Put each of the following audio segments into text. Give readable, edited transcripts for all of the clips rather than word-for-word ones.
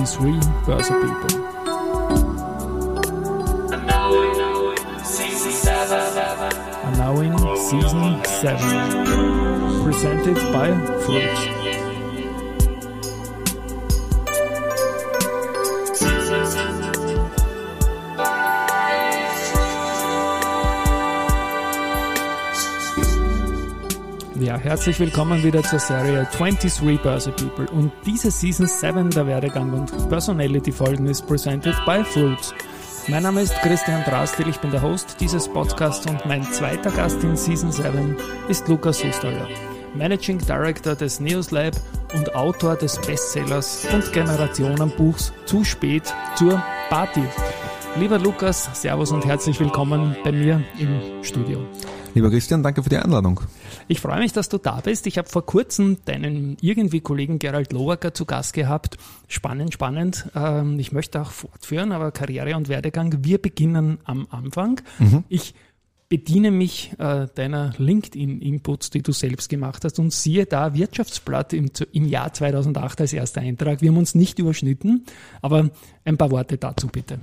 23 Börse People. And now in Season 7, presented by Fruits. Ja, herzlich willkommen wieder zur Serie 23 Börse People und diese Season 7 der Werdegang und Personality Folgen ist presented by Fruits. Mein Name ist Christian Drastil, ich bin der Host dieses Podcasts und mein zweiter Gast in Season 7 ist Lukas Sustaller, Managing Director des Newslab und Autor des Bestsellers und Generationenbuchs Zu spät zur Party. Lieber Lukas, Servus und herzlich willkommen bei mir im Studio. Lieber Christian, danke für die Einladung. Ich freue mich, dass du da bist. Ich habe vor kurzem deinen irgendwie Kollegen Gerald Lowacker zu Gast gehabt. Spannend. Ich möchte auch fortführen, aber Karriere und Werdegang, wir beginnen am Anfang. Ich bediene mich deiner LinkedIn-Inputs, die du selbst gemacht hast und siehe da Wirtschaftsblatt im Jahr 2008 als erster Eintrag. Wir haben uns nicht überschnitten, aber ein paar Worte dazu bitte.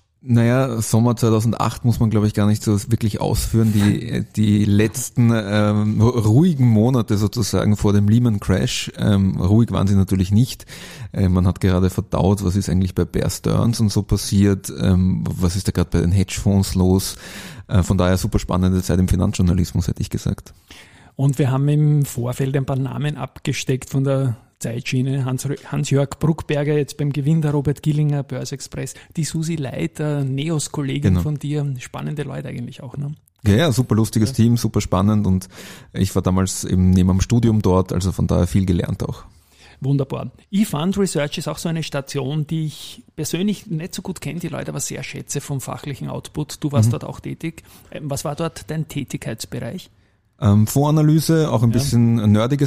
Naja, Sommer 2008 muss man, glaube ich, gar nicht so wirklich ausführen. Die letzten ruhigen Monate sozusagen vor dem Lehman Crash, ruhig waren sie natürlich nicht. Man hat gerade verdaut, was ist eigentlich bei Bear Stearns und so passiert, was ist da gerade bei den Hedgefonds los. Von daher super spannende Zeit im Finanzjournalismus, hätte ich gesagt. Und wir haben im Vorfeld ein paar Namen abgesteckt von der Zeitschiene, Hans-Jörg Bruckberger, jetzt beim Gewinn der Robert Gillinger, Börse-Express, die Susi Leiter, Neos-Kollegin von dir, spannende Leute eigentlich auch, ne? Ja, super lustiges Team, super spannend und ich war damals eben neben dem Studium dort, also von daher viel gelernt auch. Wunderbar. eFund Research ist auch so eine Station, die ich persönlich nicht so gut kenne, die Leute aber sehr schätze vom fachlichen Output. Du warst dort auch tätig. Was war dort dein Tätigkeitsbereich? Fondsanalyse, auch ein bisschen nerdige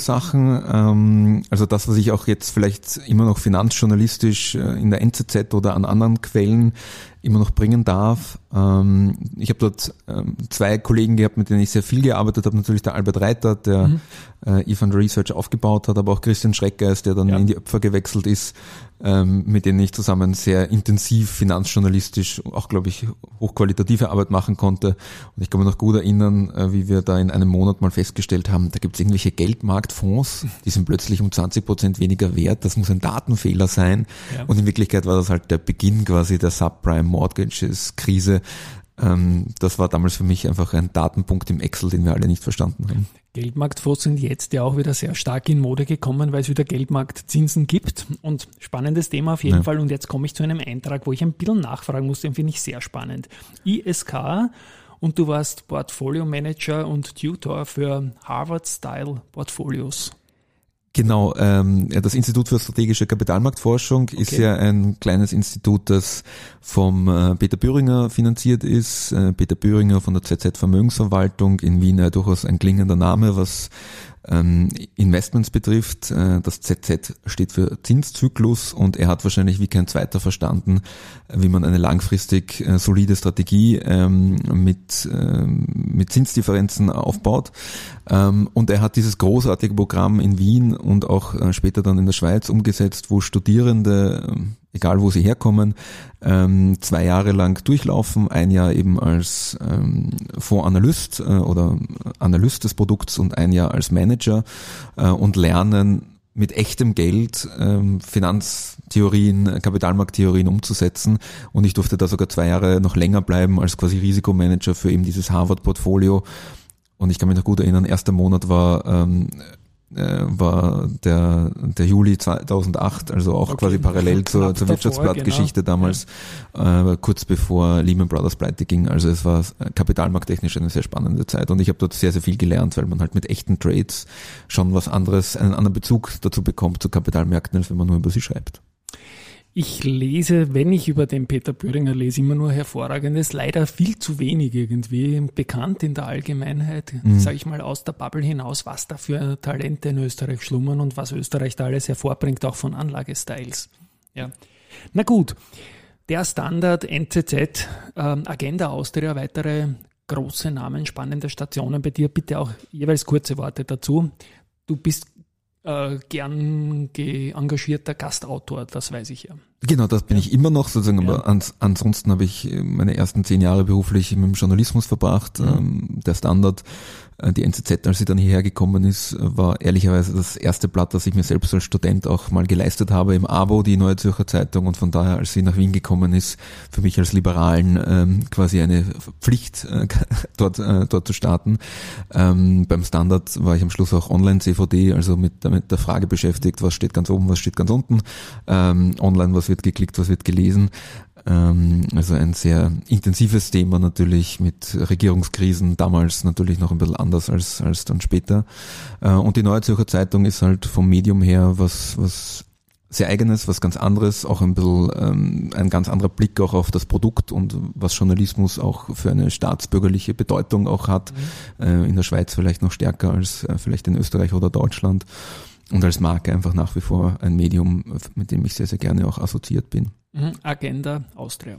Sachen, also das, was ich auch jetzt vielleicht immer noch finanzjournalistisch in der NZZ oder an anderen Quellen immer noch bringen darf. Ich habe dort zwei Kollegen gehabt, mit denen ich sehr viel gearbeitet habe, natürlich der Albert Reiter, der eFund Research aufgebaut hat, aber auch Christian Schreckgeist, der dann in die Öpfer gewechselt ist, mit denen ich zusammen sehr intensiv finanzjournalistisch auch, glaube ich, hochqualitative Arbeit machen konnte. Und ich kann mich noch gut erinnern, wie wir da in einem Monat mal festgestellt haben, da gibt es irgendwelche Geldmarktfonds, die sind plötzlich um 20% weniger wert, das muss ein Datenfehler sein. Ja. Und in Wirklichkeit war das halt der Beginn quasi der Subprime-Mortgages-Krise. Das war damals für mich einfach ein Datenpunkt im Excel, den wir alle nicht verstanden haben. Geldmarktfonds sind jetzt ja auch wieder sehr stark in Mode gekommen, weil es wieder Geldmarktzinsen gibt und spannendes Thema auf jeden Fall. Und jetzt komme ich zu einem Eintrag, wo ich ein bisschen nachfragen muss, den finde ich sehr spannend. ISK und du warst Portfolio Manager und Tutor für Harvard-Style-Portfolios. Genau, das Institut für strategische Kapitalmarktforschung ist ja ein kleines Institut, das vom Peter Bühringer finanziert ist. Peter Bühringer von der ZZ Vermögensverwaltung, in Wien durchaus ein klingender Name, was Investments betrifft. Das ZZ steht für Zinszyklus und er hat wahrscheinlich wie kein zweiter verstanden, wie man eine langfristig solide Strategie mit Zinsdifferenzen aufbaut. Und er hat dieses großartige Programm in Wien und auch später dann in der Schweiz umgesetzt, wo Studierende, egal wo sie herkommen, 2 Jahre lang durchlaufen, ein Jahr eben als Fondsanalyst oder Analyst des Produkts und ein Jahr als Manager und lernen mit echtem Geld Finanztheorien, Kapitalmarkttheorien umzusetzen und ich durfte da sogar 2 Jahre noch länger bleiben als quasi Risikomanager für eben dieses Harvard-Portfolio und ich kann mich noch gut erinnern, erster Monat war der Juli 2008, also auch quasi parallel zur Wirtschaftsblattgeschichte damals, kurz bevor Lehman Brothers pleite ging. Also es war kapitalmarkttechnisch eine sehr spannende Zeit und ich habe dort sehr, sehr viel gelernt, weil man halt mit echten Trades schon was anderes, einen anderen Bezug dazu bekommt zu Kapitalmärkten, als wenn man nur über sie schreibt. Ich lese, wenn ich über den Peter Bühringer lese, immer nur Hervorragendes, leider viel zu wenig irgendwie bekannt in der Allgemeinheit, sage ich mal aus der Bubble hinaus, was da für Talente in Österreich schlummern und was Österreich da alles hervorbringt, auch von Anlagestyles. Ja. Na gut, der Standard, NZZ, Agenda Austria, weitere große Namen, spannende Stationen bei dir, bitte auch jeweils kurze Worte dazu. Du bist gern engagierter Gastautor, das weiß ich ja. Genau, das bin ich immer noch sozusagen, aber ansonsten habe ich meine ersten 10 Jahre beruflich mit dem Journalismus verbracht. Der Standard, die NZZ, als sie dann hierher gekommen ist, war ehrlicherweise das erste Blatt, das ich mir selbst als Student auch mal geleistet habe im Abo, die Neue Zürcher Zeitung, und von daher, als sie nach Wien gekommen ist, für mich als Liberalen quasi eine Pflicht, dort zu starten. Beim Standard war ich am Schluss auch Online-CVD, also mit der Frage beschäftigt, was steht ganz oben, was steht ganz unten, online, was wird geklickt, was wird gelesen. Also ein sehr intensives Thema natürlich mit Regierungskrisen, damals natürlich noch ein bisschen anders als dann später. Und die Neue Zürcher Zeitung ist halt vom Medium her was sehr Eigenes, was ganz anderes, auch ein bisschen ein ganz anderer Blick auch auf das Produkt und was Journalismus auch für eine staatsbürgerliche Bedeutung auch hat. In der Schweiz vielleicht noch stärker als vielleicht in Österreich oder Deutschland. Und als Marke einfach nach wie vor ein Medium, mit dem ich sehr, sehr gerne auch assoziiert bin. Agenda Austria.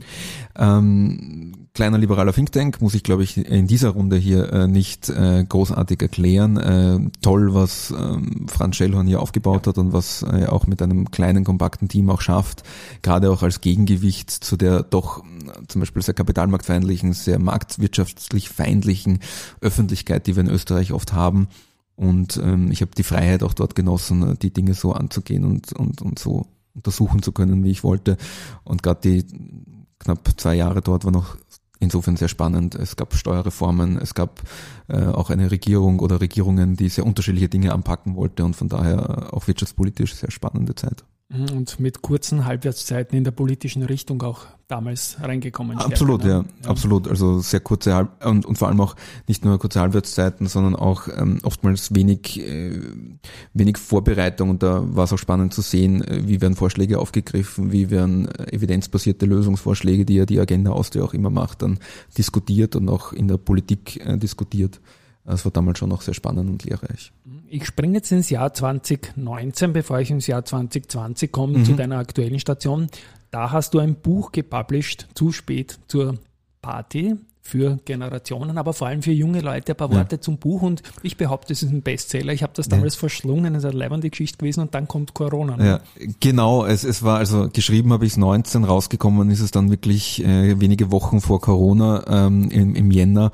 Kleiner liberaler Think Tank, muss ich glaube ich in dieser Runde hier nicht großartig erklären. Toll, was Franz Schellhorn hier aufgebaut hat und was er auch mit einem kleinen, kompakten Team auch schafft, gerade auch als Gegengewicht zu der doch zum Beispiel sehr kapitalmarktfeindlichen, sehr marktwirtschaftlich feindlichen Öffentlichkeit, die wir in Österreich oft haben. Und ich habe die Freiheit auch dort genossen, die Dinge so anzugehen und so untersuchen zu können, wie ich wollte. Und gerade die knapp 2 Jahre dort war noch insofern sehr spannend. Es gab Steuerreformen, es gab auch eine Regierung oder Regierungen, die sehr unterschiedliche Dinge anpacken wollte, und von daher auch wirtschaftspolitisch sehr spannende Zeit. Und mit kurzen Halbwertszeiten in der politischen Richtung auch damals reingekommen. Absolut, stärker, ne? Ja, absolut. Also sehr kurze und vor allem auch nicht nur kurze Halbwertszeiten, sondern auch oftmals wenig Vorbereitung. Und da war es auch spannend zu sehen, wie werden Vorschläge aufgegriffen, wie werden evidenzbasierte Lösungsvorschläge, die ja die Agenda Austria auch immer macht, dann diskutiert und auch in der Politik diskutiert. Das war damals schon noch sehr spannend und lehrreich. Ich springe jetzt ins Jahr 2019, bevor ich ins Jahr 2020 komme, zu deiner aktuellen Station. Da hast du ein Buch gepublished, Zu spät zur Party, für Generationen, aber vor allem für junge Leute. Ein paar Worte zum Buch, und ich behaupte, es ist ein Bestseller. Ich habe das damals verschlungen, es ist eine leibende Geschichte gewesen, und dann kommt Corona. Ne? Ja, genau, es war, also geschrieben habe ich es 19, rausgekommen ist es dann wirklich wenige Wochen vor Corona, im Jänner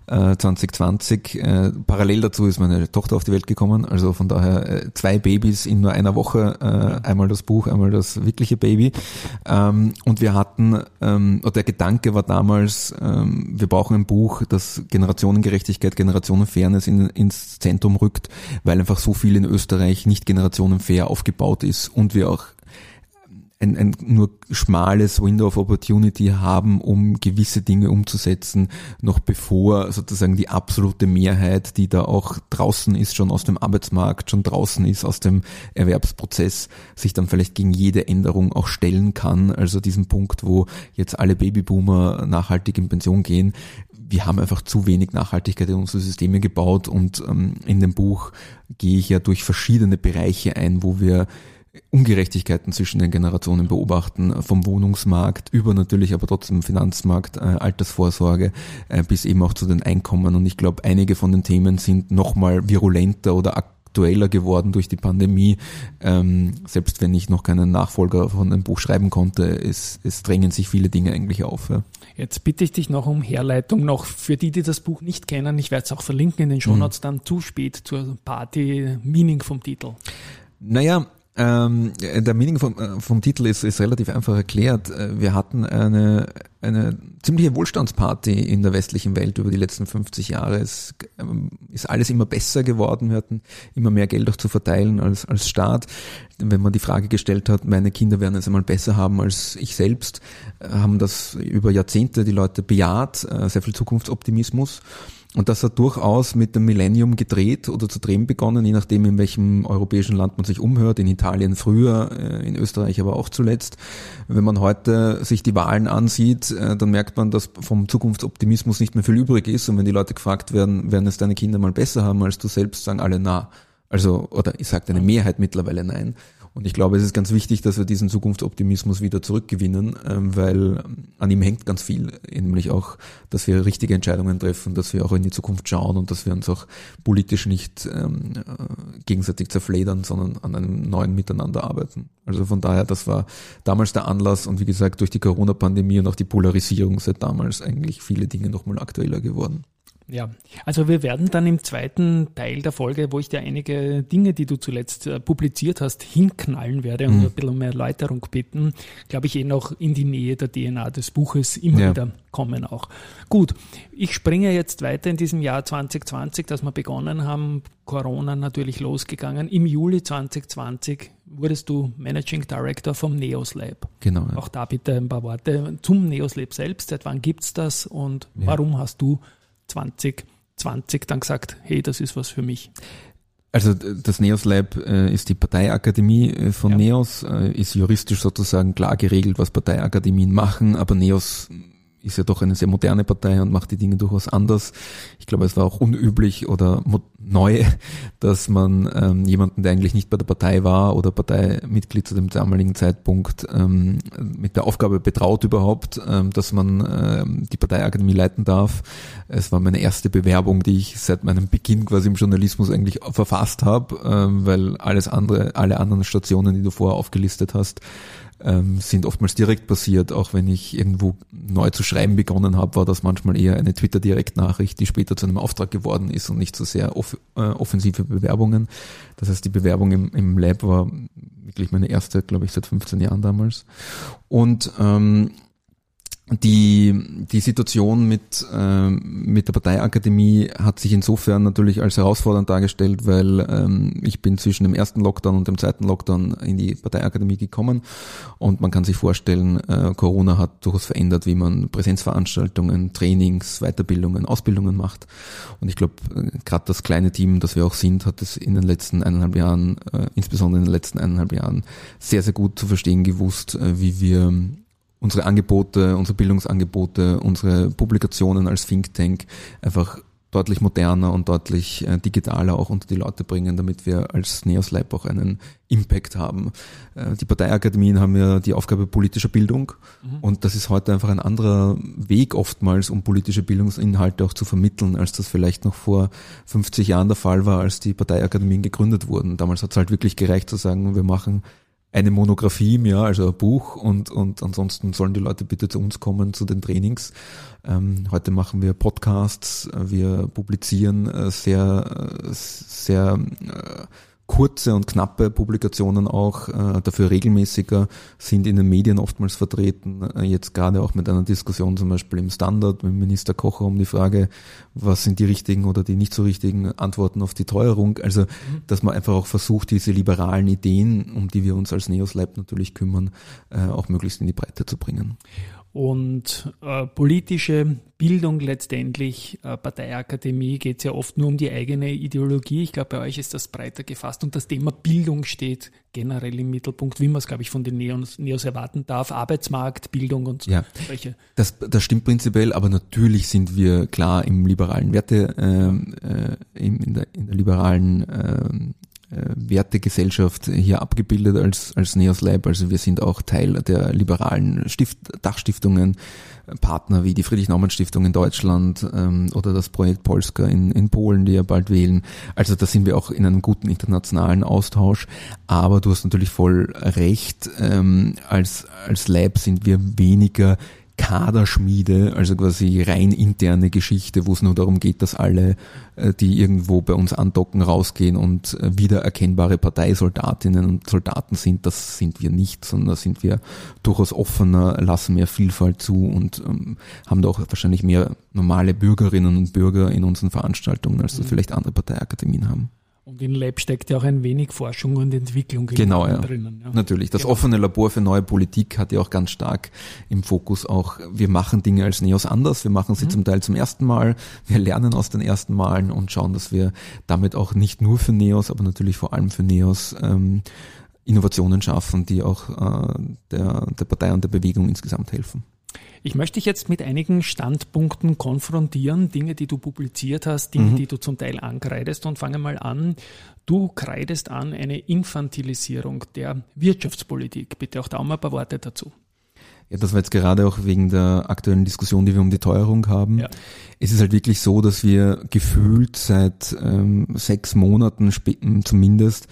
2020. Parallel dazu ist meine Tochter auf die Welt gekommen, also von daher 2 Babys in nur einer Woche, einmal das Buch, einmal das wirkliche Baby. Und wir hatten, oder der Gedanke war damals, wir brauchen ein Buch, das Generationengerechtigkeit, Generationenfairness ins Zentrum rückt, weil einfach so viel in Österreich nicht generationenfair aufgebaut ist und wir auch ein nur schmales Window of Opportunity haben, um gewisse Dinge umzusetzen, noch bevor sozusagen die absolute Mehrheit, die da auch draußen ist, schon aus dem Arbeitsmarkt, schon draußen ist aus dem Erwerbsprozess, sich dann vielleicht gegen jede Änderung auch stellen kann. Also diesen Punkt, wo jetzt alle Babyboomer nachhaltig in Pension gehen. Wir haben einfach zu wenig Nachhaltigkeit in unsere Systeme gebaut, und in dem Buch gehe ich ja durch verschiedene Bereiche ein, wo wir Ungerechtigkeiten zwischen den Generationen beobachten, vom Wohnungsmarkt über natürlich aber trotzdem Finanzmarkt, Altersvorsorge, bis eben auch zu den Einkommen. Und ich glaube, einige von den Themen sind nochmal virulenter oder aktueller geworden durch die Pandemie. Selbst wenn ich noch keinen Nachfolger von dem Buch schreiben konnte, es drängen sich viele Dinge eigentlich auf. Ja. Jetzt bitte ich dich noch um Herleitung, noch für die das Buch nicht kennen. Ich werde es auch verlinken in den Shownotes, dann Zu spät zur Party, Meaning vom Titel. Naja, der Meaning vom Titel ist relativ einfach erklärt. Wir hatten eine ziemliche Wohlstandsparty in der westlichen Welt über die letzten 50 Jahre. Es ist alles immer besser geworden. Wir hatten immer mehr Geld auch zu verteilen als Staat. Wenn man die Frage gestellt hat, meine Kinder werden es einmal besser haben als ich selbst, haben das über Jahrzehnte die Leute bejaht, sehr viel Zukunftsoptimismus. Und das hat durchaus mit dem Millennium gedreht oder zu drehen begonnen, je nachdem, in welchem europäischen Land man sich umhört. In Italien früher, in Österreich aber auch zuletzt. Wenn man heute sich die Wahlen ansieht, dann merkt man, dass vom Zukunftsoptimismus nicht mehr viel übrig ist. Und wenn die Leute gefragt werden es deine Kinder mal besser haben als du selbst, sagen alle na. Also, oder ich sage eine Mehrheit mittlerweile nein. Und ich glaube, es ist ganz wichtig, dass wir diesen Zukunftsoptimismus wieder zurückgewinnen, weil an ihm hängt ganz viel, nämlich auch, dass wir richtige Entscheidungen treffen, dass wir auch in die Zukunft schauen und dass wir uns auch politisch nicht gegenseitig zerfledern, sondern an einem neuen Miteinander arbeiten. Also von daher, das war damals der Anlass und wie gesagt, durch die Corona-Pandemie und auch die Polarisierung seit damals eigentlich viele Dinge nochmal aktueller geworden. Ja, also wir werden dann im zweiten Teil der Folge, wo ich dir einige Dinge, die du zuletzt publiziert hast, hinknallen werde und ein bisschen um Erläuterung bitten, glaube ich, noch in die Nähe der DNA des Buches immer wieder kommen auch. Gut, ich springe jetzt weiter in diesem Jahr 2020, das wir begonnen haben, Corona natürlich losgegangen. Im Juli 2020 wurdest du Managing Director vom NEOS Lab. Genau. Ja. Auch da bitte ein paar Worte zum NEOS Lab selbst. Seit wann gibt's das und warum hast du 2020 dann gesagt, hey, das ist was für mich? Also das NEOS Lab ist die Parteiakademie von NEOS, ist juristisch sozusagen klar geregelt, was Parteiakademien machen, aber NEOS ist ja doch eine sehr moderne Partei und macht die Dinge durchaus anders. Ich glaube, es war auch unüblich oder neu, dass man jemanden, der eigentlich nicht bei der Partei war oder Parteimitglied zu dem damaligen Zeitpunkt, mit der Aufgabe betraut überhaupt, dass man die Parteiakademie leiten darf. Es war meine erste Bewerbung, die ich seit meinem Beginn quasi im Journalismus eigentlich verfasst habe, weil alle anderen Stationen, die du vorher aufgelistet hast, sind oftmals direkt passiert. Auch wenn ich irgendwo neu zu schreiben begonnen habe, war das manchmal eher eine Twitter-Direktnachricht, die später zu einem Auftrag geworden ist und nicht so sehr offensive Bewerbungen. Das heißt, die Bewerbung im Lab war wirklich meine erste, glaube ich, seit 15 Jahren damals. Und die Situation mit der Parteiakademie hat sich insofern natürlich als herausfordernd dargestellt, weil ich bin zwischen dem ersten Lockdown und dem zweiten Lockdown in die Parteiakademie gekommen und man kann sich vorstellen, Corona hat durchaus verändert, wie man Präsenzveranstaltungen, Trainings, Weiterbildungen, Ausbildungen macht. Und ich glaube, gerade das kleine Team, das wir auch sind, hat es in den letzten 1,5 Jahren, insbesondere in den letzten 1,5 Jahren, sehr, sehr gut zu verstehen gewusst, wie wir unsere Angebote, unsere Bildungsangebote, unsere Publikationen als Think Tank einfach deutlich moderner und deutlich digitaler auch unter die Leute bringen, damit wir als NEOS Lab auch einen Impact haben. Die Parteiakademien haben ja die Aufgabe politischer Bildung und das ist heute einfach ein anderer Weg oftmals, um politische Bildungsinhalte auch zu vermitteln, als das vielleicht noch vor 50 Jahren der Fall war, als die Parteiakademien gegründet wurden. Damals hat es halt wirklich gereicht zu sagen, wir machen eine Monographie im Jahr, also ein Buch und ansonsten sollen die Leute bitte zu uns kommen, zu den Trainings. Heute machen wir Podcasts, wir publizieren sehr kurze und knappe Publikationen auch, dafür regelmäßiger, sind in den Medien oftmals vertreten, jetzt gerade auch mit einer Diskussion zum Beispiel im Standard mit Minister Kocher um die Frage, was sind die richtigen oder die nicht so richtigen Antworten auf die Teuerung, also dass man einfach auch versucht, diese liberalen Ideen, um die wir uns als NEOS Lab natürlich kümmern, auch möglichst in die Breite zu bringen. Und politische Bildung letztendlich, Parteiakademie, geht es ja oft nur um die eigene Ideologie. Ich glaube, bei euch ist das breiter gefasst und das Thema Bildung steht generell im Mittelpunkt, wie man es, glaube ich, von den NEOS erwarten darf. Arbeitsmarkt, Bildung und solche. Das stimmt prinzipiell, aber natürlich sind wir klar im liberalen in der liberalen Wertegesellschaft hier abgebildet als NEOS Lab. Also wir sind auch Teil der liberalen Dachstiftungen, Partner wie die Friedrich-Naumann-Stiftung in Deutschland oder das Projekt Polska in Polen, die ja bald wählen. Also da sind wir auch in einem guten internationalen Austausch. Aber du hast natürlich voll recht, als Lab sind wir weniger Kaderschmiede, also quasi rein interne Geschichte, wo es nur darum geht, dass alle, die irgendwo bei uns andocken, rausgehen und wiedererkennbare Parteisoldatinnen und Soldaten sind. Das sind wir nicht, sondern da sind wir durchaus offener, lassen mehr Vielfalt zu und haben da auch wahrscheinlich mehr normale Bürgerinnen und Bürger in unseren Veranstaltungen, als das vielleicht andere Parteiakademien haben. Und in Lab steckt ja auch ein wenig Forschung und Entwicklung drinnen. Ja. Natürlich. Das offene Labor für neue Politik hat ja auch ganz stark im Fokus auch, wir machen Dinge als NEOS anders, wir machen sie zum Teil zum ersten Mal, wir lernen aus den ersten Malen und schauen, dass wir damit auch nicht nur für NEOS, aber natürlich vor allem für NEOS Innovationen schaffen, die auch der Partei und der Bewegung insgesamt helfen. Ich möchte dich jetzt mit einigen Standpunkten konfrontieren, Dinge, die du publiziert hast, Dinge, die du zum Teil ankreidest, und fange mal an. Du kreidest an eine Infantilisierung der Wirtschaftspolitik. Bitte auch da mal ein paar Worte dazu. Ja, das war jetzt gerade auch wegen der aktuellen Diskussion, die wir um die Teuerung haben. Ja. Es ist halt wirklich so, dass wir gefühlt seit 6 Monaten zumindest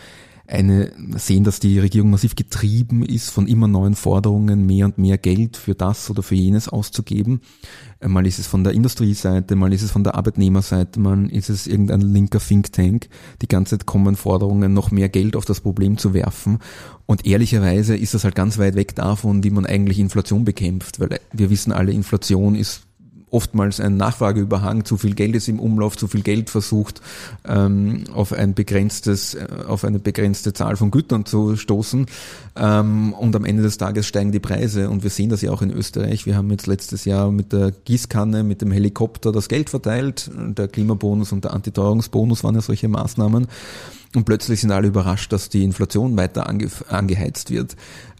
sehen, dass die Regierung massiv getrieben ist von immer neuen Forderungen, mehr und mehr Geld für das oder für jenes auszugeben. Mal ist es von der Industrieseite, mal ist es von der Arbeitnehmerseite, mal ist es irgendein linker Think Tank. Die ganze Zeit kommen Forderungen, noch mehr Geld auf das Problem zu werfen. Und ehrlicherweise ist das halt ganz weit weg davon, wie man eigentlich Inflation bekämpft, weil wir wissen alle, Inflation ist oftmals ein Nachfrageüberhang, zu viel Geld ist im Umlauf, zu viel Geld versucht auf eine begrenzte Zahl von Gütern zu stoßen, und am Ende des Tages steigen die Preise, und wir sehen das ja auch in Österreich. Wir haben jetzt letztes Jahr mit der Gießkanne, mit dem Helikopter das Geld verteilt, der Klimabonus und der Antiteuerungsbonus waren ja solche Maßnahmen. Und plötzlich sind alle überrascht, dass die Inflation weiter angeheizt wird.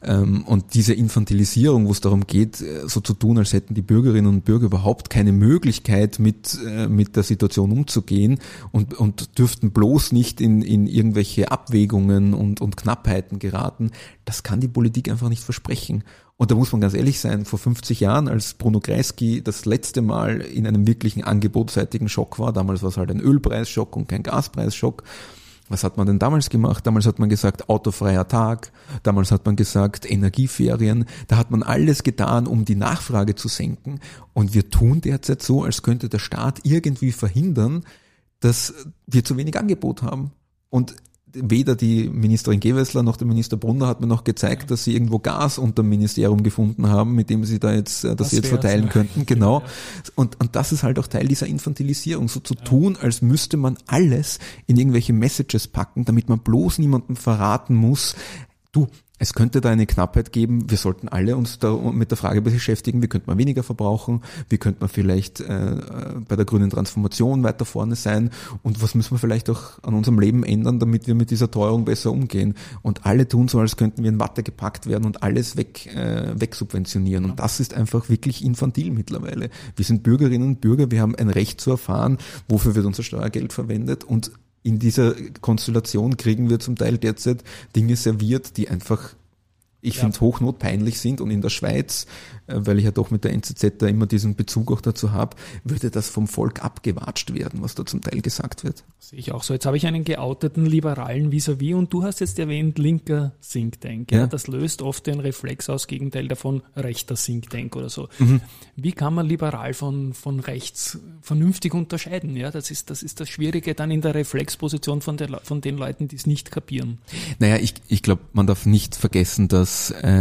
Und diese Infantilisierung, wo es darum geht, so zu tun, als hätten die Bürgerinnen und Bürger überhaupt keine Möglichkeit, mit der Situation umzugehen und dürften bloß nicht in irgendwelche Abwägungen und Knappheiten geraten, das kann die Politik einfach nicht versprechen. Und da muss man ganz ehrlich sein, vor 50 Jahren, als Bruno Kreisky das letzte Mal in einem wirklichen angebotsseitigen Schock war, damals war es halt ein Ölpreisschock und kein Gaspreisschock. Was hat man denn damals gemacht? Damals hat man gesagt, autofreier Tag. Damals hat man gesagt, Energieferien. Da hat man alles getan, um die Nachfrage zu senken. Und wir tun derzeit so, als könnte der Staat irgendwie verhindern, dass wir zu wenig Angebot haben. Und weder die Ministerin Gewessler noch der Minister Brunner hat mir noch gezeigt, dass sie irgendwo Gas unter dem Ministerium gefunden haben, mit dem sie da jetzt, dass sie jetzt verteilen könnten. Genau. Und das ist halt auch Teil dieser Infantilisierung, so zu tun, als müsste man alles in irgendwelche Messages packen, damit man bloß niemandem verraten muss, du, es könnte da eine Knappheit geben, wir sollten alle uns da mit der Frage beschäftigen, wie könnte man weniger verbrauchen, wie könnte man vielleicht bei der grünen Transformation weiter vorne sein, und was müssen wir vielleicht auch an unserem Leben ändern, damit wir mit dieser Teuerung besser umgehen. Und alle tun so, als könnten wir in Watte gepackt werden und alles wegsubventionieren. Und das ist einfach wirklich infantil mittlerweile. Wir sind Bürgerinnen und Bürger, wir haben ein Recht zu erfahren, wofür wird unser Steuergeld verwendet, und in dieser Konstellation kriegen wir zum Teil derzeit Dinge serviert, die einfach, ich finde, hochnotpeinlich sind. Und in der Schweiz, weil ich ja doch mit der NZZ da immer diesen Bezug auch dazu habe, würde das vom Volk abgewatscht werden, was da zum Teil gesagt wird. Sehe ich auch so. Jetzt habe ich einen geouteten liberalen vis-à-vis, und du hast jetzt erwähnt, linker Think Tank. Ja. Das löst oft den Reflex aus, Gegenteil davon, rechter Think Tank oder so. Wie kann man liberal von rechts vernünftig unterscheiden? Ja, das ist das Schwierige dann in der Reflexposition von den Leuten, die es nicht kapieren. Naja, ich glaube, man darf nicht vergessen, dass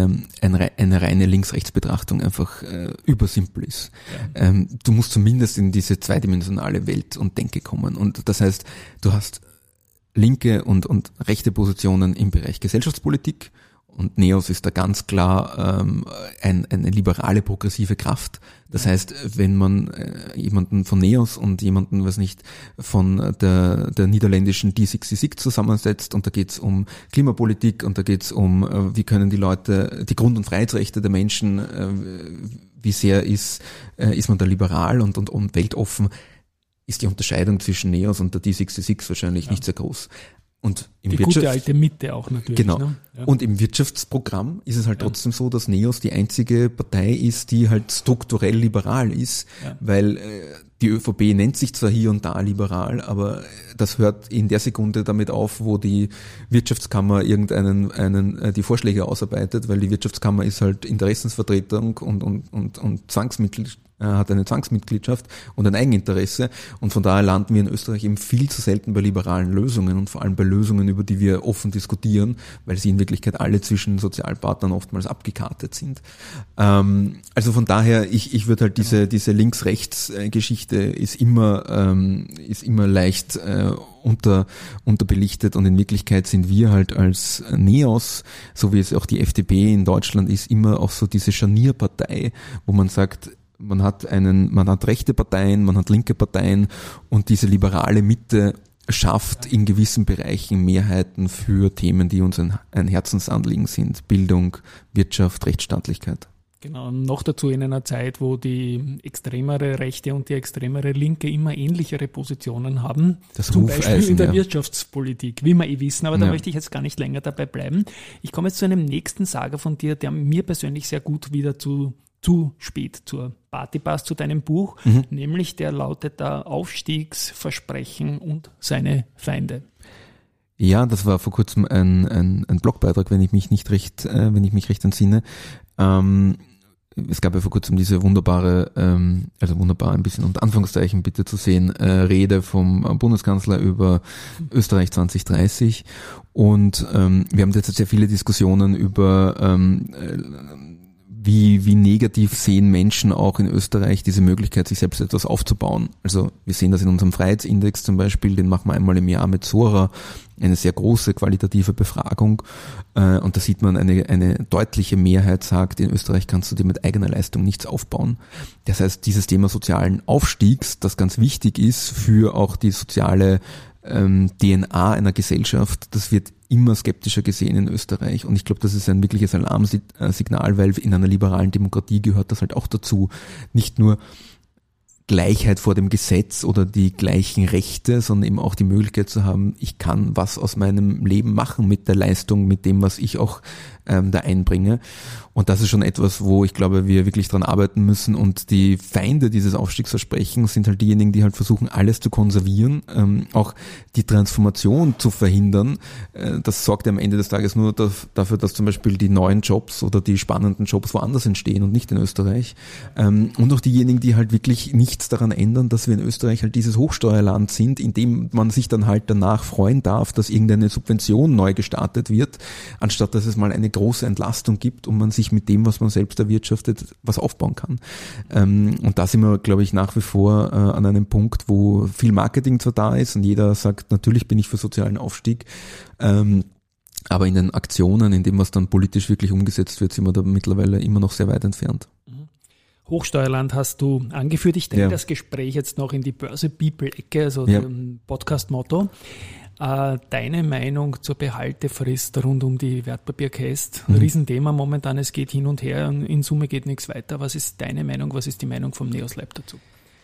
eine reine Links-Rechts-Betrachtung einfach übersimpel ist. Ja. Du musst zumindest in diese zweidimensionale Welt und Denke kommen. Und das heißt, du hast linke und rechte Positionen im Bereich Gesellschaftspolitik, und NEOS ist da ganz klar eine liberale, progressive Kraft. Das heißt, wenn man jemanden von NEOS und jemanden, weiß nicht, von der niederländischen D66 zusammensetzt, und da geht's um Klimapolitik und da geht's um, wie können die Leute, die Grund- und Freiheitsrechte der Menschen, wie sehr ist man da liberal und weltoffen, ist die Unterscheidung zwischen NEOS und der D66 wahrscheinlich nicht sehr groß. Und die gute alte Mitte auch natürlich. Genau. Ne? Ja. Und im Wirtschaftsprogramm ist es halt trotzdem so, dass NEOS die einzige Partei ist, die halt strukturell liberal ist, weil die ÖVP nennt sich zwar hier und da liberal, aber das hört in der Sekunde damit auf, wo die Wirtschaftskammer die Vorschläge ausarbeitet, weil die Wirtschaftskammer ist halt Interessensvertretung und Zwangsmitglied, hat eine Zwangsmitgliedschaft und ein Eigeninteresse, und von daher landen wir in Österreich eben viel zu selten bei liberalen Lösungen und vor allem bei Lösungen, über die wir offen diskutieren, weil sie in Wirklichkeit alle zwischen Sozialpartnern oftmals abgekartet sind. Also von daher, ich würde halt diese Links-Rechts-Geschichte ist immer leicht unterbelichtet, und in Wirklichkeit sind wir halt als NEOS, so wie es auch die FDP in Deutschland ist, immer auch so diese Scharnierpartei, wo man sagt, man hat rechte Parteien, man hat linke Parteien, und diese liberale Mitte schafft in gewissen Bereichen Mehrheiten für Themen, die uns ein Herzensanliegen sind. Bildung, Wirtschaft, Rechtsstaatlichkeit. Genau, noch dazu in einer Zeit, wo die extremere Rechte und die extremere Linke immer ähnlichere Positionen haben. Das zum Hufeisen, Beispiel in der Wirtschaftspolitik, wie wir wissen, aber da möchte ich jetzt gar nicht länger dabei bleiben. Ich komme jetzt zu einem nächsten Saga von dir, der mir persönlich sehr gut wieder zu spät zur Party passt, zu deinem Buch, nämlich der lautet da Aufstiegsversprechen und seine Feinde. Ja, das war vor kurzem ein Blogbeitrag, wenn ich mich recht entsinne. Es gab ja vor kurzem diese wunderbare, also wunderbar ein bisschen unter Anführungszeichen bitte zu sehen, Rede vom Bundeskanzler über Österreich 2030 und wir haben derzeit sehr viele Diskussionen über wie negativ sehen Menschen auch in Österreich diese Möglichkeit, sich selbst etwas aufzubauen. Also wir sehen das in unserem Freiheitsindex zum Beispiel, den machen wir einmal im Jahr mit Sora, eine sehr große qualitative Befragung und da sieht man eine deutliche Mehrheit sagt, in Österreich kannst du dir mit eigener Leistung nichts aufbauen. Das heißt, dieses Thema sozialen Aufstiegs, das ganz wichtig ist für auch die soziale DNA einer Gesellschaft, das wird immer skeptischer gesehen in Österreich und ich glaube, das ist ein wirkliches Alarmsignal, weil in einer liberalen Demokratie gehört das halt auch dazu, nicht nur Gleichheit vor dem Gesetz oder die gleichen Rechte, sondern eben auch die Möglichkeit zu haben, ich kann was aus meinem Leben machen mit der Leistung, mit dem, was ich auch da einbringe. Und das ist schon etwas, wo ich glaube, wir wirklich dran arbeiten müssen und die Feinde dieses Aufstiegsversprechens sind halt diejenigen, die halt versuchen, alles zu konservieren, auch die Transformation zu verhindern. Das sorgt ja am Ende des Tages nur dafür, dass zum Beispiel die neuen Jobs oder die spannenden Jobs woanders entstehen und nicht in Österreich. Und auch diejenigen, die halt wirklich nichts daran ändern, dass wir in Österreich halt dieses Hochsteuerland sind, in dem man sich dann halt danach freuen darf, dass irgendeine Subvention neu gestartet wird, anstatt dass es mal eine große Entlastung gibt und man sich mit dem, was man selbst erwirtschaftet, was aufbauen kann. Und da sind wir, glaube ich, nach wie vor an einem Punkt, wo viel Marketing zwar da ist und jeder sagt, natürlich bin ich für sozialen Aufstieg, aber in den Aktionen, in dem, was dann politisch wirklich umgesetzt wird, sind wir da mittlerweile immer noch sehr weit entfernt. Hochsteuerland hast du angeführt. Ich denke, das Gespräch jetzt noch in die Börse-People-Ecke, also dem Podcast-Motto. Deine Meinung zur Behaltefrist rund um die Wertpapierkäst? Riesenthema momentan, es geht hin und her, in Summe geht nichts weiter. Was ist deine Meinung, was ist die Meinung vom Neoslab dazu?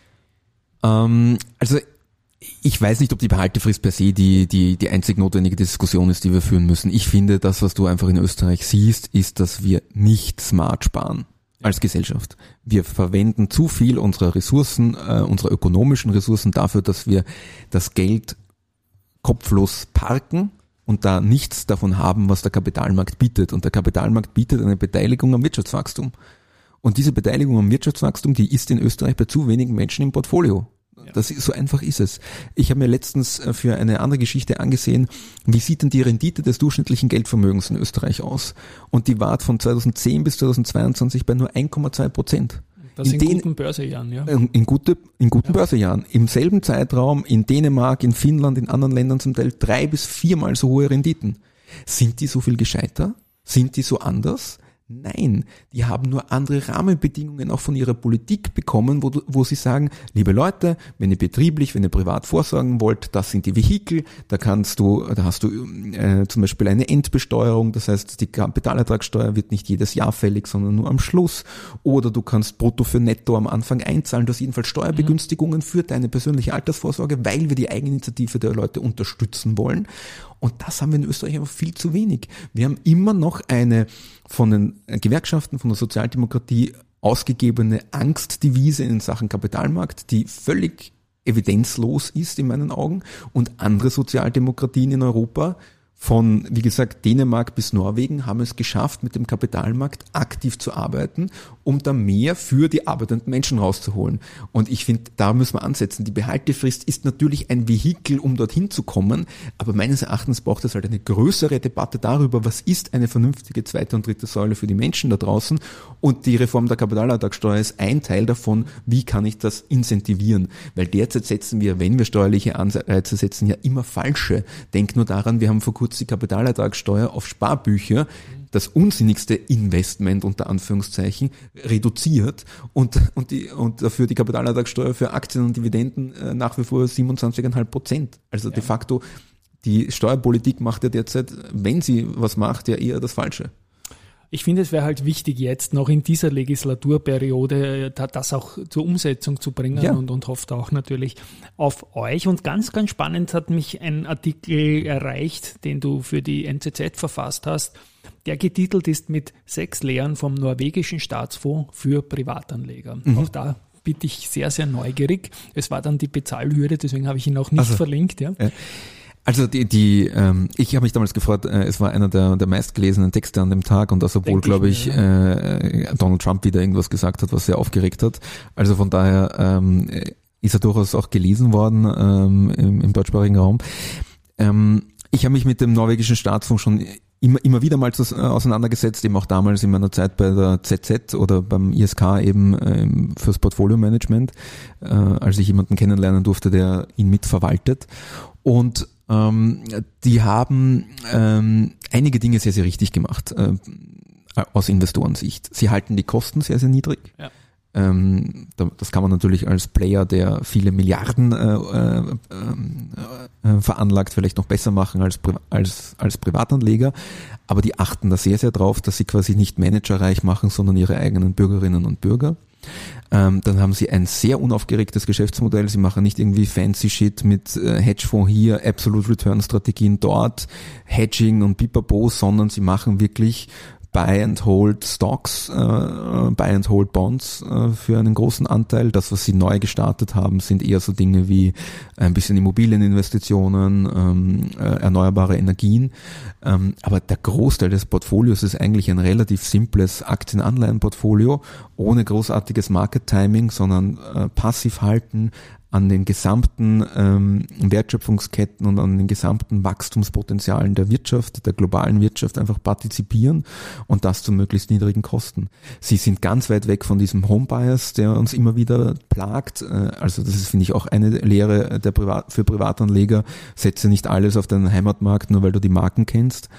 Also ich weiß nicht, ob die Behaltefrist per se die einzig notwendige Diskussion ist, die wir führen müssen. Ich finde, das, was du einfach in Österreich siehst, ist, dass wir nicht smart sparen. Als Gesellschaft. Wir verwenden zu viel unserer Ressourcen, unserer ökonomischen Ressourcen dafür, dass wir das Geld kopflos parken und da nichts davon haben, was der Kapitalmarkt bietet. Und der Kapitalmarkt bietet eine Beteiligung am Wirtschaftswachstum. Und diese Beteiligung am Wirtschaftswachstum, die ist in Österreich bei zu wenigen Menschen im Portfolio. So einfach ist es. Ich habe mir letztens für eine andere Geschichte angesehen, wie sieht denn die Rendite des durchschnittlichen Geldvermögens in Österreich aus? Und die war von 2010 bis 2022 bei nur 1,2%. Das in guten Börsejahren, ja. In guten Börsejahren. Im selben Zeitraum in Dänemark, in Finnland, in anderen Ländern zum Teil 3 bis 4-mal so hohe Renditen. Sind die so viel gescheiter? Sind die so anders? Nein, die haben nur andere Rahmenbedingungen auch von ihrer Politik bekommen, wo sie sagen, liebe Leute, wenn ihr betrieblich, wenn ihr privat vorsorgen wollt, das sind die Vehikel, da hast du zum Beispiel eine Endbesteuerung, das heißt, die Kapitalertragssteuer wird nicht jedes Jahr fällig, sondern nur am Schluss, oder du kannst brutto für netto am Anfang einzahlen, du hast jedenfalls Steuerbegünstigungen für deine persönliche Altersvorsorge, weil wir die Eigeninitiative der Leute unterstützen wollen. Und das haben wir in Österreich einfach viel zu wenig. Wir haben immer noch eine von den Gewerkschaften, von der Sozialdemokratie ausgegebene Angstdevise in Sachen Kapitalmarkt, die völlig evidenzlos ist in meinen Augen. Und andere Sozialdemokratien in Europa, von, wie gesagt, Dänemark bis Norwegen, haben es geschafft, mit dem Kapitalmarkt aktiv zu arbeiten, um da mehr für die arbeitenden Menschen rauszuholen. Und ich finde, da müssen wir ansetzen. Die Behaltefrist ist natürlich ein Vehikel, um dorthin zu kommen, aber meines Erachtens braucht es halt eine größere Debatte darüber, was ist eine vernünftige zweite und dritte Säule für die Menschen da draußen. Und die Reform der Kapitalertragssteuer ist ein Teil davon, wie kann ich das incentivieren. Weil derzeit setzen wir, wenn wir steuerliche Anreize setzen, ja immer falsche. Denk nur daran, wir haben vor kurzem die Kapitalertragssteuer auf Sparbücher, das unsinnigste Investment unter Anführungszeichen, reduziert und dafür die Kapitalertragssteuer für Aktien und Dividenden nach wie vor 27,5%. Also de facto, die Steuerpolitik macht ja derzeit, wenn sie was macht, ja eher das Falsche. Ich finde, es wäre halt wichtig, jetzt noch in dieser Legislaturperiode das auch zur Umsetzung zu bringen und hofft auch natürlich auf euch. Und ganz, ganz spannend hat mich ein Artikel erreicht, den du für die NZZ verfasst hast, der getitelt ist mit 6 Lehren vom norwegischen Staatsfonds für Privatanleger. Auch da bin ich sehr, sehr neugierig. Es war dann die Bezahlhürde, deswegen habe ich ihn auch nicht verlinkt. Ja. Also ich habe mich damals gefreut, es war einer der meistgelesenen Texte an dem Tag und das, obwohl, glaube ich, Donald Trump wieder irgendwas gesagt hat, was sehr aufgeregt hat. Also von daher ist er durchaus auch gelesen worden im deutschsprachigen Raum. Ich habe mich mit dem norwegischen Staatsfonds schon immer wieder mal auseinandergesetzt, eben auch damals in meiner Zeit bei der ZZ oder beim ISK eben fürs Portfolio-Management, als ich jemanden kennenlernen durfte, der ihn mitverwaltet. Und die haben einige Dinge sehr, sehr richtig gemacht aus Investorensicht. Sie halten die Kosten sehr, sehr niedrig. Ja. Das kann man natürlich als Player, der viele Milliarden veranlagt, vielleicht noch besser machen als Privatanleger. Aber die achten da sehr, sehr drauf, dass sie quasi nicht managerreich machen, sondern ihre eigenen Bürgerinnen und Bürger. Dann haben sie ein sehr unaufgeregtes Geschäftsmodell. Sie machen nicht irgendwie fancy Shit mit Hedgefonds hier, Absolute Return Strategien dort, Hedging und Pipapo, sondern sie machen wirklich Buy and Hold Stocks, Buy and Hold Bonds für einen großen Anteil. Das, was sie neu gestartet haben, sind eher so Dinge wie ein bisschen Immobilieninvestitionen, erneuerbare Energien. Aber der Großteil des Portfolios ist eigentlich ein relativ simples Aktien-Anleihen-Portfolio, ohne großartiges Market-Timing, sondern passiv halten, an den gesamten Wertschöpfungsketten und an den gesamten Wachstumspotenzialen der Wirtschaft, der globalen Wirtschaft einfach partizipieren und das zu möglichst niedrigen Kosten. Sie sind ganz weit weg von diesem Home-Bias, der uns immer wieder plagt. Also das ist, finde ich, auch eine Lehre für Privatanleger. Setze nicht alles auf deinen Heimatmarkt, nur weil du die Marken kennst.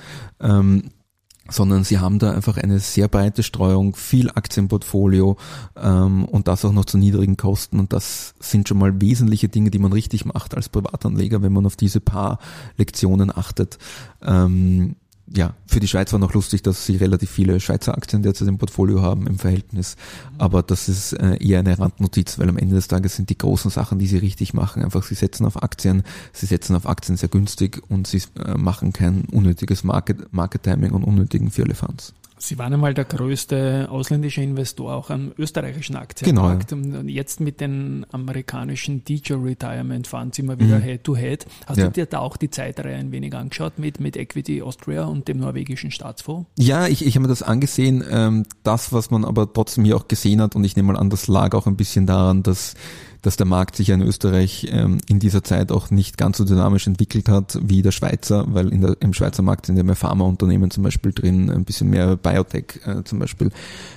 Sondern sie haben da einfach eine sehr breite Streuung, viel Aktienportfolio und das auch noch zu niedrigen Kosten, und das sind schon mal wesentliche Dinge, die man richtig macht als Privatanleger, wenn man auf diese paar Lektionen achtet. Für die Schweiz war noch lustig, dass sie relativ viele Schweizer Aktien derzeit im Portfolio haben im Verhältnis, aber das ist eher eine Randnotiz, weil am Ende des Tages sind die großen Sachen, die sie richtig machen, einfach sie setzen auf Aktien sehr günstig und sie machen kein unnötiges Market-Timing und unnötigen Firlefanz. Sie waren einmal der größte ausländische Investor auch am österreichischen Aktienmarkt. Genau. Und jetzt mit den amerikanischen Teacher Retirement Funds immer wieder Head-to-Head. Hast du dir da auch die Zeitreihe ein wenig angeschaut mit Equity Austria und dem norwegischen Staatsfonds? Ja, ich habe mir das angesehen. Das, was man aber trotzdem hier auch gesehen hat, und ich nehme mal an, das lag auch ein bisschen daran, dass der Markt sich in Österreich in dieser Zeit auch nicht ganz so dynamisch entwickelt hat wie der Schweizer, weil im Schweizer Markt sind ja mehr Pharmaunternehmen zum Beispiel drin, ein bisschen mehr Biotech zum Beispiel.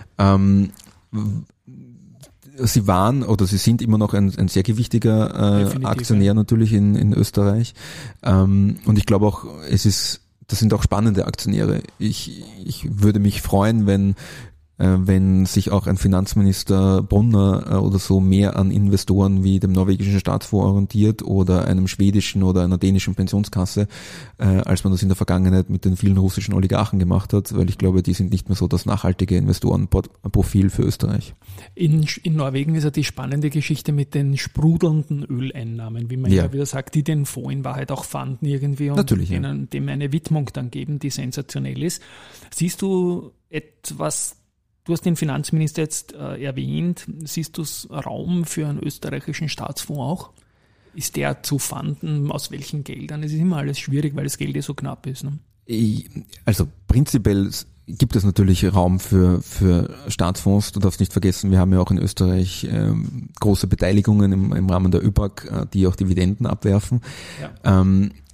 Sie waren oder sie sind immer noch ein sehr gewichtiger Aktionär natürlich in Österreich. Und ich glaube auch, das sind auch spannende Aktionäre. Ich würde mich freuen, wenn sich auch ein Finanzminister Brunner oder so mehr an Investoren wie dem norwegischen Staatsfonds orientiert oder einem schwedischen oder einer dänischen Pensionskasse, als man das in der Vergangenheit mit den vielen russischen Oligarchen gemacht hat, weil ich glaube, die sind nicht mehr so das nachhaltige Investorenprofil für Österreich. In Norwegen ist ja die spannende Geschichte mit den sprudelnden Öleinnahmen, wie man ja wieder sagt, die den Fonds in Wahrheit auch fanden irgendwie und dem eine Widmung dann geben, die sensationell ist. Siehst du etwas? Du hast den Finanzminister jetzt erwähnt. Siehst du Raum für einen österreichischen Staatsfonds auch? Ist der zu fanden? Aus welchen Geldern? Es ist immer alles schwierig, weil das Geld so knapp ist. Ne? Also prinzipiell gibt es natürlich Raum für Staatsfonds. Du darfst nicht vergessen, wir haben ja auch in Österreich große Beteiligungen im Rahmen der ÖBAG, die auch Dividenden abwerfen. Ja.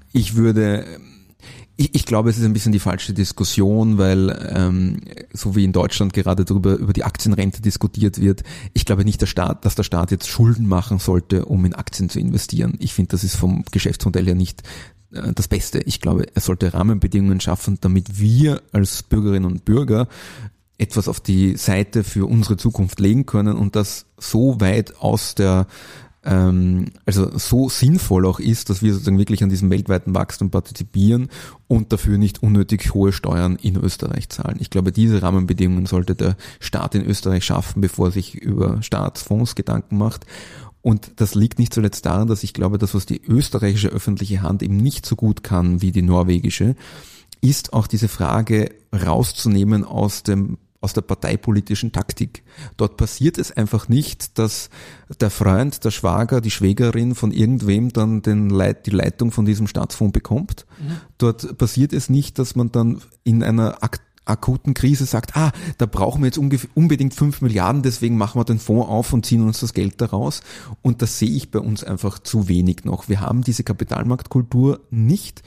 Ich glaube, es ist ein bisschen die falsche Diskussion, weil so wie in Deutschland gerade über die Aktienrente diskutiert wird, ich glaube nicht, dass der Staat jetzt Schulden machen sollte, um in Aktien zu investieren. Ich finde, das ist vom Geschäftsmodell her nicht das Beste. Ich glaube, er sollte Rahmenbedingungen schaffen, damit wir als Bürgerinnen und Bürger etwas auf die Seite für unsere Zukunft legen können und das so weit aus der also so sinnvoll auch ist, dass wir sozusagen wirklich an diesem weltweiten Wachstum partizipieren und dafür nicht unnötig hohe Steuern in Österreich zahlen. Ich glaube, diese Rahmenbedingungen sollte der Staat in Österreich schaffen, bevor er sich über Staatsfonds Gedanken macht. Und das liegt nicht zuletzt daran, dass ich glaube, das, was die österreichische öffentliche Hand eben nicht so gut kann wie die norwegische, ist auch diese Frage rauszunehmen aus der parteipolitischen Taktik. Dort passiert es einfach nicht, dass der Freund, der Schwager, die Schwägerin von irgendwem dann die Leitung von diesem Staatsfonds bekommt. Dort passiert es nicht, dass man dann in einer akuten Krise sagt, da brauchen wir jetzt unbedingt 5 Milliarden, deswegen machen wir den Fonds auf und ziehen uns das Geld daraus. Und das sehe ich bei uns einfach zu wenig noch. Wir haben diese Kapitalmarktkultur nicht.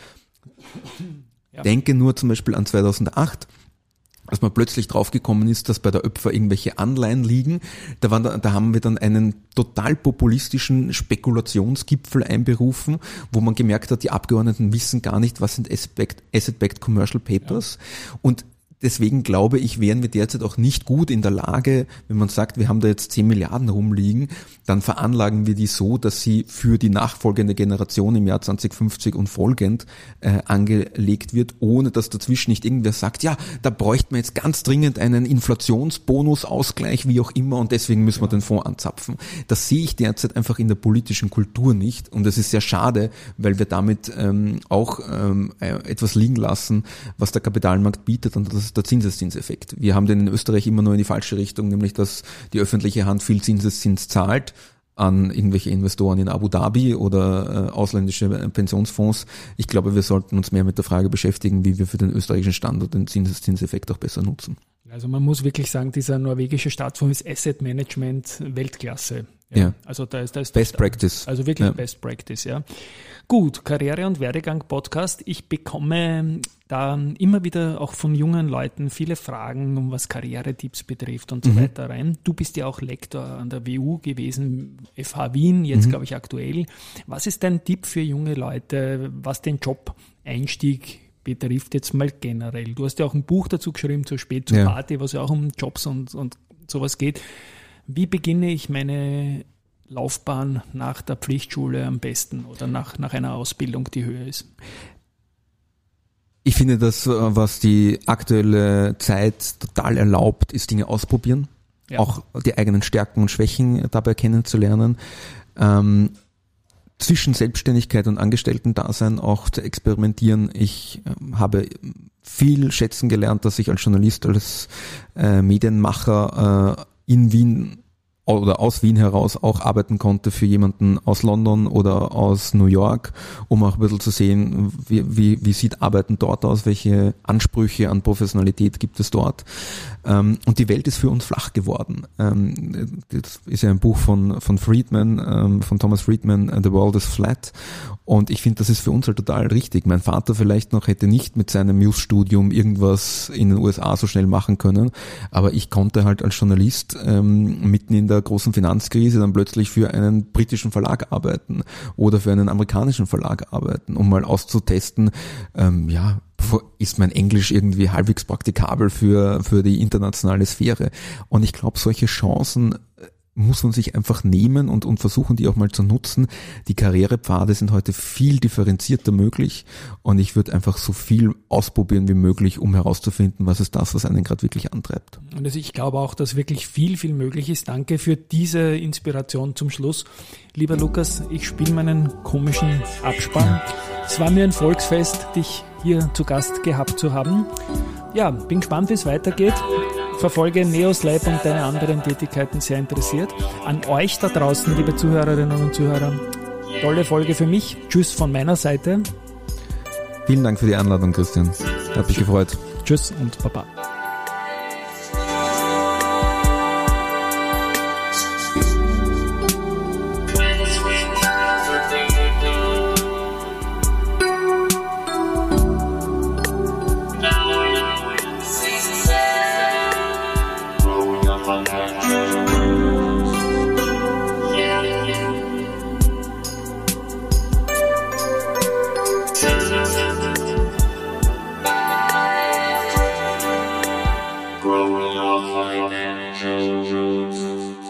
Ja. Denke nur zum Beispiel an 2008, als man plötzlich draufgekommen ist, dass bei der ÖPFA irgendwelche Anleihen liegen. Da haben wir dann einen total populistischen Spekulationsgipfel einberufen, wo man gemerkt hat, die Abgeordneten wissen gar nicht, was sind Asset-Backed Commercial Papers. Ja. Und deswegen glaube ich, wären wir derzeit auch nicht gut in der Lage, wenn man sagt, wir haben da jetzt 10 Milliarden rumliegen, dann veranlagen wir die so, dass sie für die nachfolgende Generation im Jahr 2050 und folgend angelegt wird, ohne dass dazwischen nicht irgendwer sagt, ja, da bräuchten wir jetzt ganz dringend einen Inflationsbonusausgleich, wie auch immer, und deswegen müssen wir den Fonds anzapfen. Das sehe ich derzeit einfach in der politischen Kultur nicht, und das ist sehr schade, weil wir damit auch etwas liegen lassen, was der Kapitalmarkt bietet, und das ist der Zinseszinseffekt. Wir haben den in Österreich immer nur in die falsche Richtung, nämlich dass die öffentliche Hand viel Zinseszins zahlt an irgendwelche Investoren in Abu Dhabi oder ausländische Pensionsfonds. Ich glaube, wir sollten uns mehr mit der Frage beschäftigen, wie wir für den österreichischen Standort den Zinseszinseffekt auch besser nutzen. Also man muss wirklich sagen, dieser norwegische Staatsfonds ist Asset Management Weltklasse. Ja. Also da ist Best Practice. Also wirklich Best Practice, ja. Gut, Karriere- und Werdegang-Podcast. Ich bekomme da immer wieder auch von jungen Leuten viele Fragen, um was Karrieretipps betrifft und so weiter rein. Du bist ja auch Lektor an der WU gewesen, FH Wien, jetzt glaube ich aktuell. Was ist dein Tipp für junge Leute, was den Job-Einstieg betrifft jetzt mal generell? Du hast ja auch ein Buch dazu geschrieben, zu spät zur Party, was ja auch um Jobs und sowas geht. Wie beginne ich meine Laufbahn nach der Pflichtschule am besten oder nach einer Ausbildung, die höher ist? Ich finde, das, was die aktuelle Zeit total erlaubt, ist Dinge ausprobieren, auch die eigenen Stärken und Schwächen dabei kennenzulernen, zwischen Selbstständigkeit und Angestellten-Dasein auch zu experimentieren. Ich habe viel schätzen gelernt, dass ich als Journalist, als Medienmacher in Wien oder aus Wien heraus auch arbeiten konnte für jemanden aus London oder aus New York, um auch ein bisschen zu sehen, wie sieht Arbeiten dort aus, welche Ansprüche an Professionalität gibt es dort. Und die Welt ist für uns flach geworden. Das ist ja ein Buch von Friedman, von Thomas Friedman, The World is Flat. Und ich finde, das ist für uns halt total richtig. Mein Vater vielleicht noch hätte nicht mit seinem Muse-Studium irgendwas in den USA so schnell machen können, aber ich konnte halt als Journalist mitten in der großen Finanzkrise dann plötzlich für einen britischen Verlag arbeiten oder für einen amerikanischen Verlag arbeiten, um mal auszutesten, ist mein Englisch irgendwie halbwegs praktikabel für die internationale Sphäre. Und ich glaube, solche Chancen muss man sich einfach nehmen und versuchen, die auch mal zu nutzen. Die Karrierepfade sind heute viel differenzierter möglich, und ich würde einfach so viel ausprobieren wie möglich, um herauszufinden, was ist das, was einen gerade wirklich antreibt. Und also ich glaube auch, dass wirklich viel, viel möglich ist. Danke für diese Inspiration zum Schluss. Lieber Lukas, ich spiele meinen komischen Abspann. Es war mir ein Volksfest, dich hier zu Gast gehabt zu haben. Ja, bin gespannt, wie es weitergeht. Verfolge Neos Lab und deine anderen Tätigkeiten sehr interessiert. An euch da draußen, liebe Zuhörerinnen und Zuhörer, tolle Folge für mich. Tschüss von meiner Seite. Vielen Dank für die Einladung, Christian. Hat mich gefreut. Tschüss und Baba. Growing up like angels.